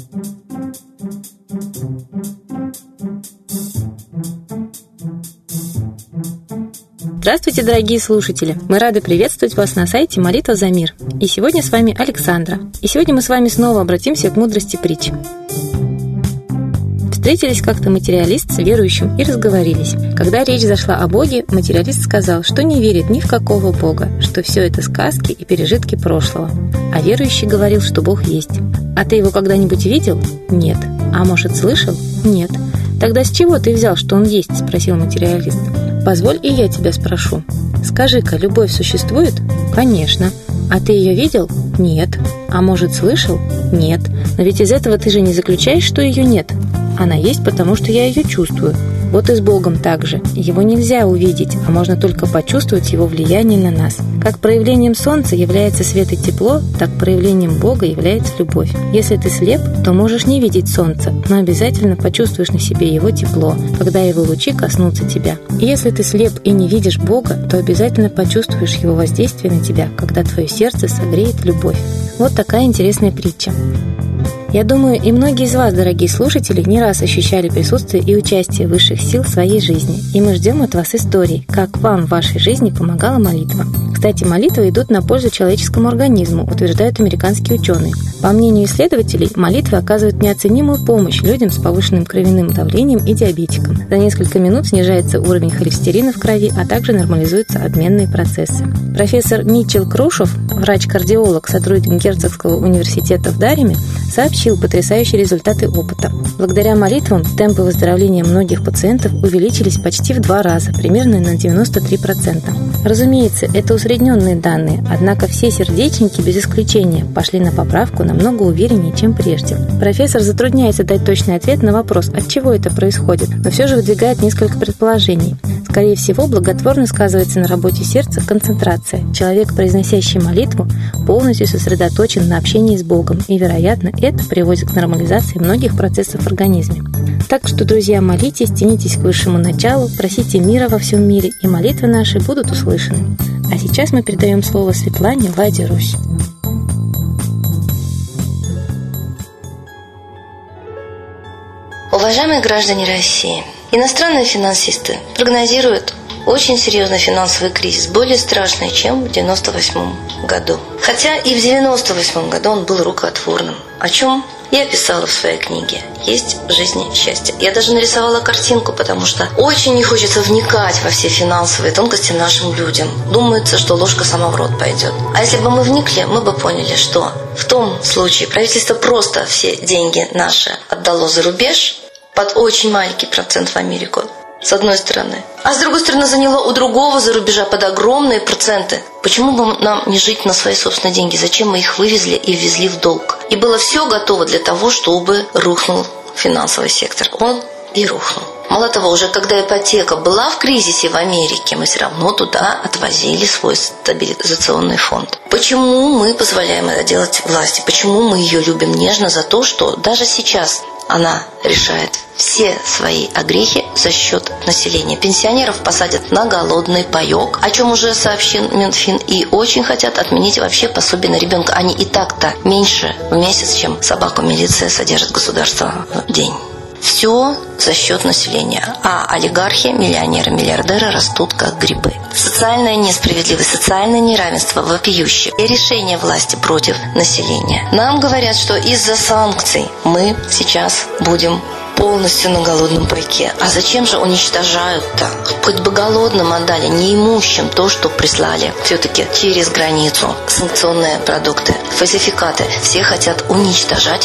Здравствуйте, дорогие слушатели! Мы рады приветствовать вас на сайте «Молитва за мир». И сегодня с вами Александра. И сегодня мы с вами снова обратимся к мудрости притч. Встретились как-то материалист с верующим и разговорились. Когда речь зашла о Боге, материалист сказал, что не верит ни в какого Бога, что все это сказки и пережитки прошлого. А верующий говорил, что Бог есть. «А ты его когда-нибудь видел?» «Нет». «А может, слышал?» «Нет». «Тогда с чего ты взял, что он есть?» – спросил материалист. «Позволь, и я тебя спрошу. Скажи-ка, любовь существует?» «Конечно». «А ты ее видел?» «Нет». «А может, слышал?» «Нет». «Но ведь из этого ты же не заключаешь, что ее нет?» «Она есть, потому что я ее чувствую». Вот и с Богом так же. Его нельзя увидеть, а можно только почувствовать его влияние на нас. Как проявлением солнца является свет и тепло, так проявлением Бога является любовь. Если ты слеп, то можешь не видеть солнца, но обязательно почувствуешь на себе его тепло, когда его лучи коснутся тебя. И если ты слеп и не видишь Бога, то обязательно почувствуешь его воздействие на тебя, когда твое сердце согреет любовь. Вот такая интересная притча. Я думаю, и многие из вас, дорогие слушатели, не раз ощущали присутствие и участие высших сил в своей жизни. И мы ждем от вас историй, как вам в вашей жизни помогала молитва. Кстати, молитвы идут на пользу человеческому организму, утверждают американские ученые. По мнению исследователей, молитвы оказывают неоценимую помощь людям с повышенным кровяным давлением и диабетикам. За несколько минут снижается уровень холестерина в крови, а также нормализуются обменные процессы. Профессор Митчелл Крушев, врач-кардиолог, сотрудник Герцогского университета в Дареме, сообщил потрясающие результаты опыта. Благодаря молитвам темпы выздоровления многих пациентов увеличились почти в 2 раза, примерно на 93%. Разумеется, это усредненные данные, однако все сердечники без исключения пошли на поправку намного увереннее, чем прежде. Профессор затрудняется дать точный ответ на вопрос, от чего это происходит, но все же выдвигает несколько предположений. Скорее всего, благотворно сказывается на работе сердца концентрация. Человек, произносящий молитву, полностью сосредоточен на общении с Богом, и, вероятно, это приводит к нормализации многих процессов в организме. Так что, друзья, молитесь, тянитесь к высшему началу, просите мира во всем мире, и молитвы наши будут услышаны. А сейчас мы передаем слово Светлане Влади-Русь. Уважаемые граждане России, иностранные финансисты прогнозируют очень серьезный финансовый кризис, более страшный, чем в 1998 году. Хотя и в 1998 году он был рукотворным, о чем я писала в своей книге «Есть в жизни счастье». Я даже нарисовала картинку, потому что очень не хочется вникать во все финансовые тонкости нашим людям. Думается, что ложка сама в рот пойдет. А если бы мы вникли, мы бы поняли, что в том случае правительство просто все деньги наши отдало за рубеж под очень маленький процент в Америку, с одной стороны. А с другой стороны, заняло у другого за рубежа под огромные проценты. Почему бы нам не жить на свои собственные деньги? Зачем мы их вывезли и ввезли в долг? И было все готово для того, чтобы рухнул финансовый сектор. Он и рухнул. Мало того, уже когда ипотека была в кризисе в Америке, мы все равно туда отвозили свой стабилизационный фонд. Почему мы позволяем это делать власти? Почему мы ее любим нежно за то, что даже сейчас она решает все свои огрехи за счет населения? Пенсионеров посадят на голодный паёк, о чем уже сообщил Минфин, и очень хотят отменить вообще пособие на ребенка. Они и так-то меньше в месяц, чем собаку милиция содержит государство в день. Все за счет населения. А олигархи, миллионеры, миллиардеры растут как грибы. Социальная несправедливость, социальное неравенство вопиющее. И решение власти против населения. Нам говорят, что из-за санкций мы сейчас будем полностью на голодном пайке. А зачем же уничтожают-то? Хоть бы голодным отдали, неимущим то, что прислали все-таки через границу. Санкционные продукты, фальсификаты. Все хотят уничтожать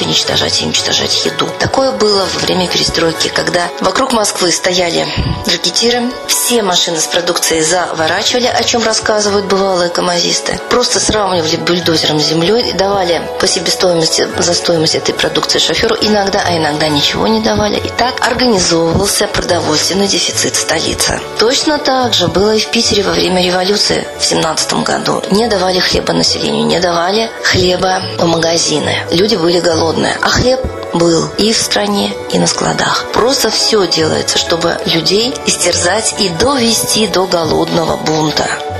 еду. Такое было во время перестройки, когда вокруг Москвы стояли ракетиры, все машины с продукцией заворачивали, о чем рассказывают бывалые камазисты. Просто сравнивали бульдозером с землей, давали по себестоимости за стоимость этой продукции шоферу иногда, а иногда ничего не давали. И так организовывался продовольственный дефицит столицы. Точно так же было и в Питере во время революции в 1917 году. Не давали хлеба населению, не давали хлеба в магазины. Люди были голодные, а хлеб был и в стране, и на складах. Просто все делается, чтобы людей истерзать и довести до голодного бунта.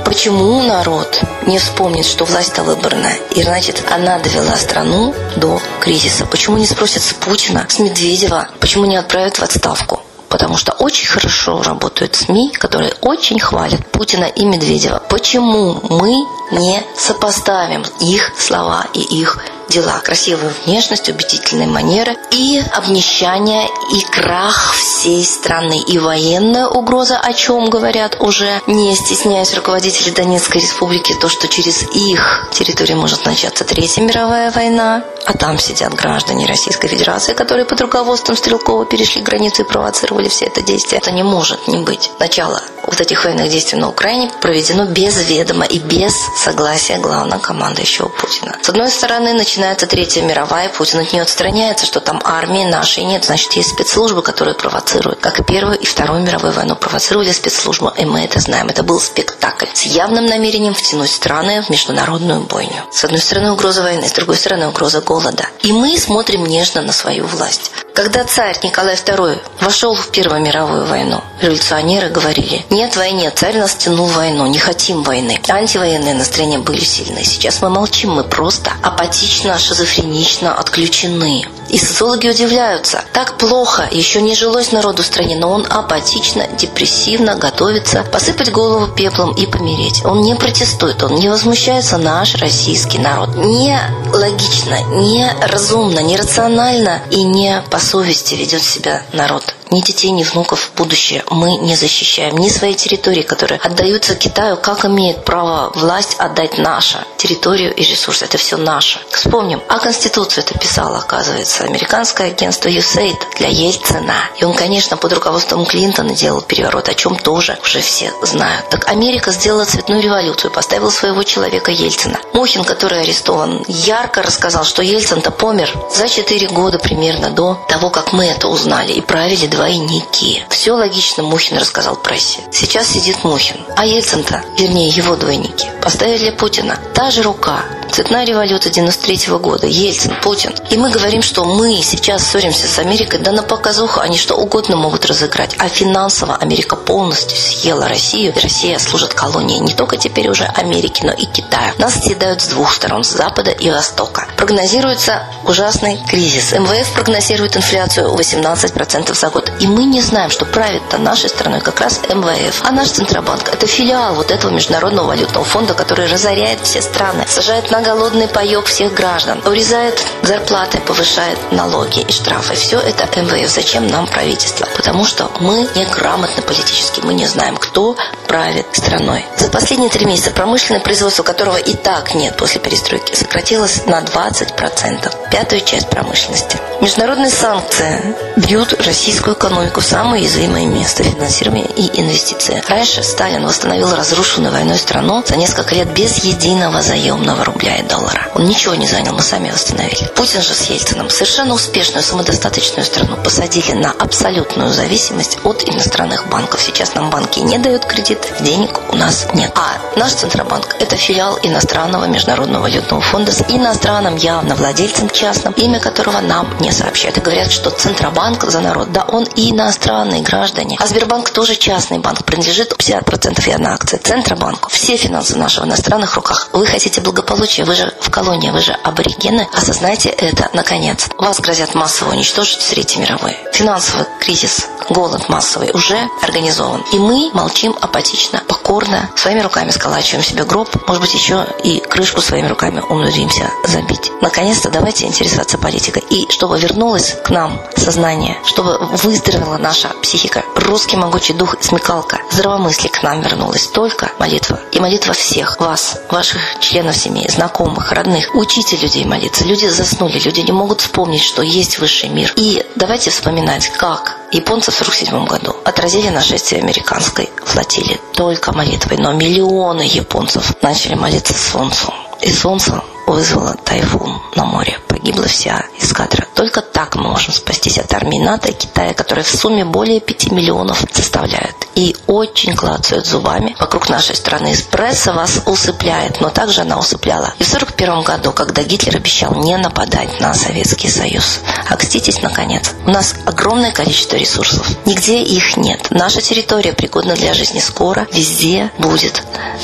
Почему народ не вспомнит, что власть-то выборная, и значит, она довела страну до кризиса? Почему не спросят с Путина, с Медведева, почему не отправят в отставку? Потому что очень хорошо работают СМИ, которые очень хвалят Путина и Медведева. Почему мы не сопоставим их слова и их дела? Красивую внешность, убедительные манеры и обнищание, и крах всей страны. И военная угроза, о чем говорят уже, не стесняясь руководители Донецкой республики, то, что через их территорию может начаться Третья мировая война, а там сидят граждане Российской Федерации, которые под руководством Стрелкова перешли границу и провоцировали все это действие. Это не может не быть. Начало вот этих военных действий на Украине проведено без ведома и без согласия главнокомандующего Путина. С одной стороны, начинается Третья мировая, Путин от нее отстраняется, что там армии нашей нет, значит, есть спецслужбы, которые провоцируют. Как и Первую и Вторую мировую войну провоцировали спецслужбы, и мы это знаем. Это был спектакль с явным намерением втянуть страны в международную бойню. С одной стороны, угроза войны, с другой стороны, угроза голода. И мы смотрим нежно на свою власть. Когда царь Николай II вошел в Первую мировую войну, революционеры говорили: нет войны, царь нас тянул в войну, не хотим войны. Антивоенные настроения были сильные. Сейчас мы молчим, мы просто апатично, шизофренично отключены. И социологи удивляются. Так плохо, еще не жилось народу в стране, но он апатично, депрессивно готовится посыпать голову пеплом и помереть. Он не протестует, он не возмущается, наш российский народ. Не логично, не разумно, не рационально и не по совести ведет себя народ. Ни детей, ни внуков в будущее мы не защищаем. Ни своей территории, которые отдаются Китаю, как имеет право власть отдать наша территорию и ресурсы. Это все наше. Вспомним, а Конституцию это писало, оказывается, американское агентство USAID для Ельцина. И он, конечно, под руководством Клинтона делал переворот, о чем тоже уже все знают. Так Америка сделала цветную революцию, поставила своего человека Ельцина. Мухин, который арестован, ярко рассказал, что Ельцин-то помер за 4 года примерно до того, как мы это узнали, и правили двойники. Все логично Мухин рассказал прессе. Сейчас сидит Мухин. А Ельцин-то, вернее его двойники, поставили Путина. Та же рука. Цветная революция 93-го года. Ельцин, Путин. И мы говорим, что мы сейчас ссоримся с Америкой, да на показуху они что угодно могут разыграть. А финансово Америка полностью съела Россию. И Россия служит колонией не только теперь уже Америки, но и Китая. Нас съедают с двух сторон, с запада и востока. Прогнозируется ужасный кризис. МВФ прогнозирует инфляцию 18% за год. И мы не знаем, что правит-то нашей страной как раз МВФ. А наш Центробанк – это филиал вот этого Международного валютного фонда, который разоряет все страны, сажает на голодный паёк всех граждан, урезает зарплаты, повышает налоги и штрафы. Все это МВФ. Зачем нам правительство? Потому что мы неграмотны политически, мы не знаем, кто правит страной. За последние 3 месяца промышленное производство, которого и так нет после перестройки, сократилось на 20%. Пятую часть промышленности. Международные санкции бьют российскую экономику в самое уязвимое место финансирования и инвестиций. Раньше Сталин восстановил разрушенную войной страну за несколько лет без единого заемного рубля и доллара. Он ничего не занял, мы сами восстановили. Путин же с Ельцином совершенно успешную, самодостаточную страну посадили на абсолютную зависимость от иностранных банков. Сейчас нам банки не дают кредит, денег у нас нет. А наш Центробанк – это филиал иностранного Международного валютного фонда с иностранным явно владельцем частным, имя которого нам не сообщают. И говорят, что Центробанк за народ, да он и иностранные граждане. А Сбербанк тоже частный банк, принадлежит 50% я на акции Центробанку. Все финансы нашего в иностранных руках. Вы хотите благополучия, вы же в колонии, вы же аборигены. Осознайте это, наконец. Вас грозят массово уничтожить в Третьей мировой. Финансовый кризис, голод массовый уже организован. И мы молчим апатично, покорно, своими руками сколачиваем себе гроб, может быть, еще и крышку своими руками умудримся забить. Наконец-то давайте интересоваться политикой. И чтобы вернулось к нам сознание, чтобы выздоровела наша психика, русский могучий дух и смекалка, здравомыслие к нам вернулось. Только молитва. И молитва всех вас, ваших членов семьи, знакомых, родных. Учите людей молиться. Люди заснули, люди не могут вспомнить, что есть высший мир. И давайте вспоминать, как японцы в 1947 году отразили нашествие американской флотилии только молитвой. Но миллионы японцев начали молиться солнцу. И солнце вызвало тайфун на море. Погибла вся эскадра. Только так мы можем спастись от армии НАТО и Китая, которые в сумме более 5 миллионов составляют. И очень клацают зубами вокруг нашей страны. Пресса вас усыпляет, но также она усыпляла. И в 1941 году, когда Гитлер обещал не нападать на Советский Союз. Окститесь, наконец. У нас огромное количество ресурсов. Нигде их нет. Наша территория пригодна для жизни. Скоро везде будет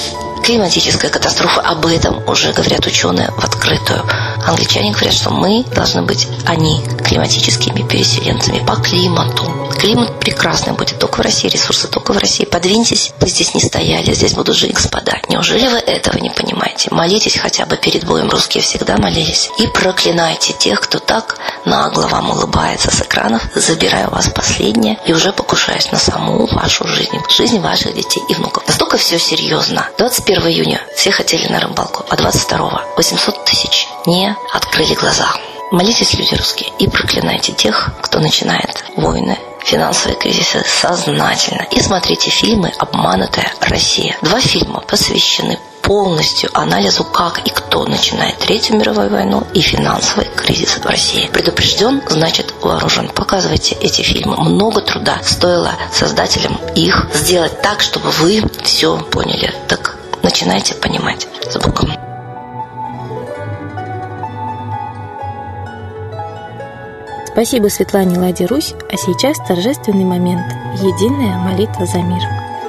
климатическая катастрофа. Об этом уже говорят ученые в открытую. Англичане говорят, что мы должны быть, они, климатическими переселенцами по климату. Климат прекрасный будет только в России, ресурсы только в России. Подвиньтесь, вы здесь не стояли, здесь будут жить господа. Неужели вы этого не понимаете? Молитесь хотя бы перед боем, русские всегда молились. И проклинайте тех, кто так нагло вам улыбается с экранов, забирая у вас последнее и уже покушаясь на саму вашу жизнь ваших детей и внуков. Настолько все серьезно. 21 июня все хотели на рыбалку, а 22-го 800 тысяч не открыли глаза. Молитесь, люди русские, и проклинайте тех, кто начинает войны, финансовые кризисы сознательно. И смотрите фильмы «Обманутая Россия». 2 фильма посвящены полностью анализу, как и кто начинает Третью мировую войну и финансовый кризис в России. Предупрежден, значит вооружен. Показывайте эти фильмы. Много труда стоило создателям их сделать так, чтобы вы все поняли. Так начинайте понимать. С Богом. Спасибо Светлане Ладе Русь, а сейчас торжественный момент – единая молитва за мир.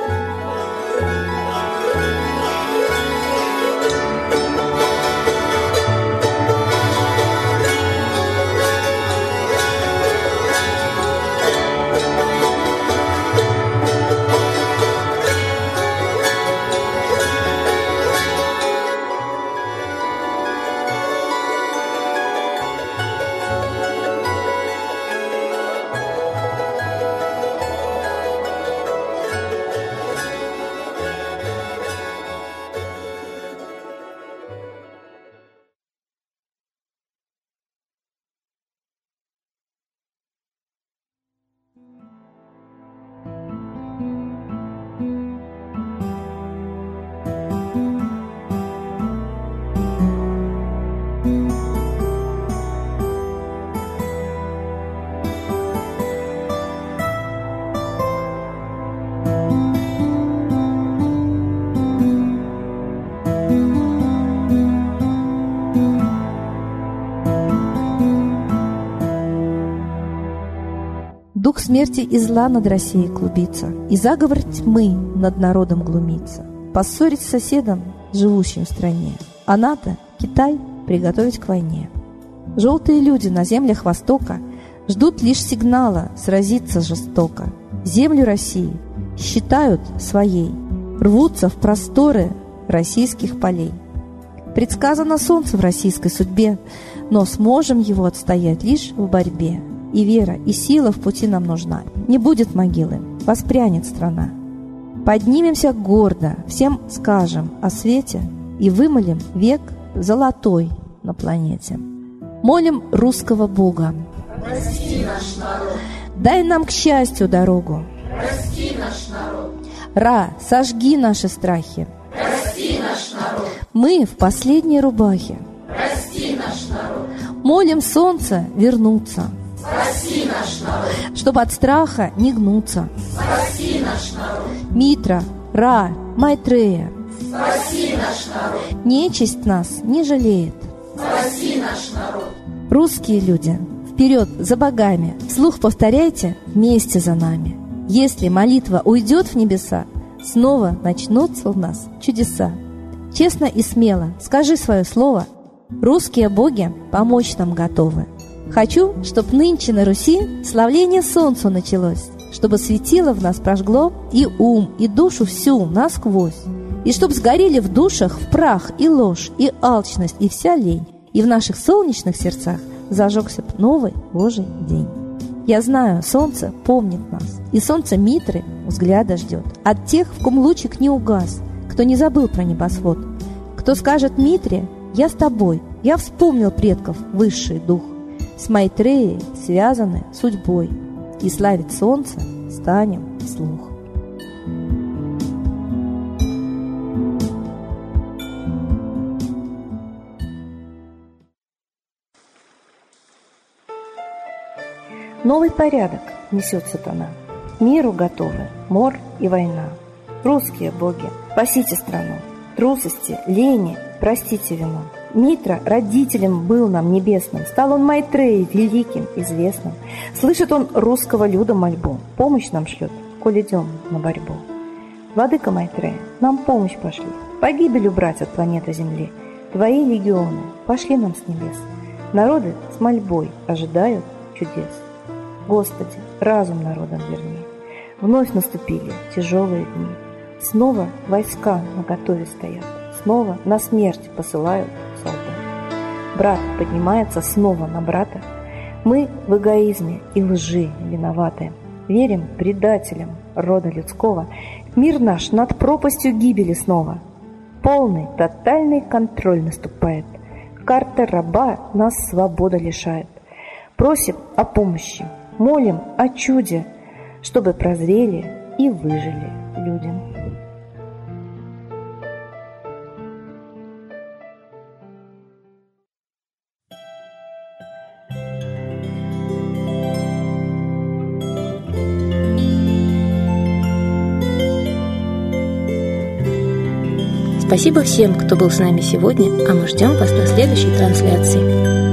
Дух смерти и зла над Россией клубится, и заговор тьмы над народом глумится. Поссорить с соседом, живущим в стране, а НАТО, Китай приготовить к войне. Желтые люди на землях Востока ждут лишь сигнала сразиться жестоко. Землю России считают своей, рвутся в просторы российских полей. Предсказано солнце в российской судьбе, но сможем его отстоять лишь в борьбе. И вера, и сила в пути нам нужна. Не будет могилы, воспрянет страна. Поднимемся гордо, всем скажем о свете и вымолим век золотой на планете. Молим русского Бога. Прости наш народ. Дай нам к счастью дорогу. Прости наш народ. Ра, сожги наши страхи. Прости наш народ. Мы в последней рубахе. Прости наш народ. Молим солнце вернуться. Спаси наш народ. Чтоб от страха не гнуться. Спаси наш народ. Митра, Ра, Майтрея. Спаси наш народ. Нечисть нас не жалеет. Спаси наш народ. Русские люди, вперед за богами. Вслух повторяйте вместе за нами. Если молитва уйдет в небеса, снова начнутся у нас чудеса. Честно и смело скажи свое слово. Русские боги помочь нам готовы. Хочу, чтоб нынче на Руси славление солнцу началось, чтобы светило в нас прожгло и ум, и душу всю насквозь, и чтоб сгорели в душах в прах и ложь, и алчность, и вся лень, и в наших солнечных сердцах зажегся б новый Божий день. Я знаю, солнце помнит нас, и солнце Митры взгляда ждет от тех, в ком лучик не угас, кто не забыл про небосвод, кто скажет Митре: «Я с тобой, я вспомнил предков высший дух». С Майтреей связаны судьбой, и славить солнце станем вслух. Новый порядок несет сатана. Миру готовы мор и война. Русские боги, спасите страну. Трусости, лени, простите вину. Митра родителем был нам небесным, стал он Майтреей великим, известным. Слышит он русского люда мольбу, помощь нам шлет, коль идем на борьбу. Владыка Майтрея, нам помощь пошли. Погибелью братьев планеты Земли, Твои легионы пошли нам с небес. Народы с мольбой ожидают чудес. Господи, разум народам верни. Вновь наступили тяжелые дни. Снова войска наготове стоят. Снова на смерть посылают солдат. Брат поднимается снова на брата. Мы в эгоизме и лжи виноваты. Верим предателям рода людского. Мир наш над пропастью гибели снова. Полный, тотальный контроль наступает. Карта раба нас свободы лишает. Просим о помощи, молим о чуде, чтобы прозрели и выжили людям. Спасибо всем, кто был с нами сегодня, а мы ждем вас на следующей трансляции.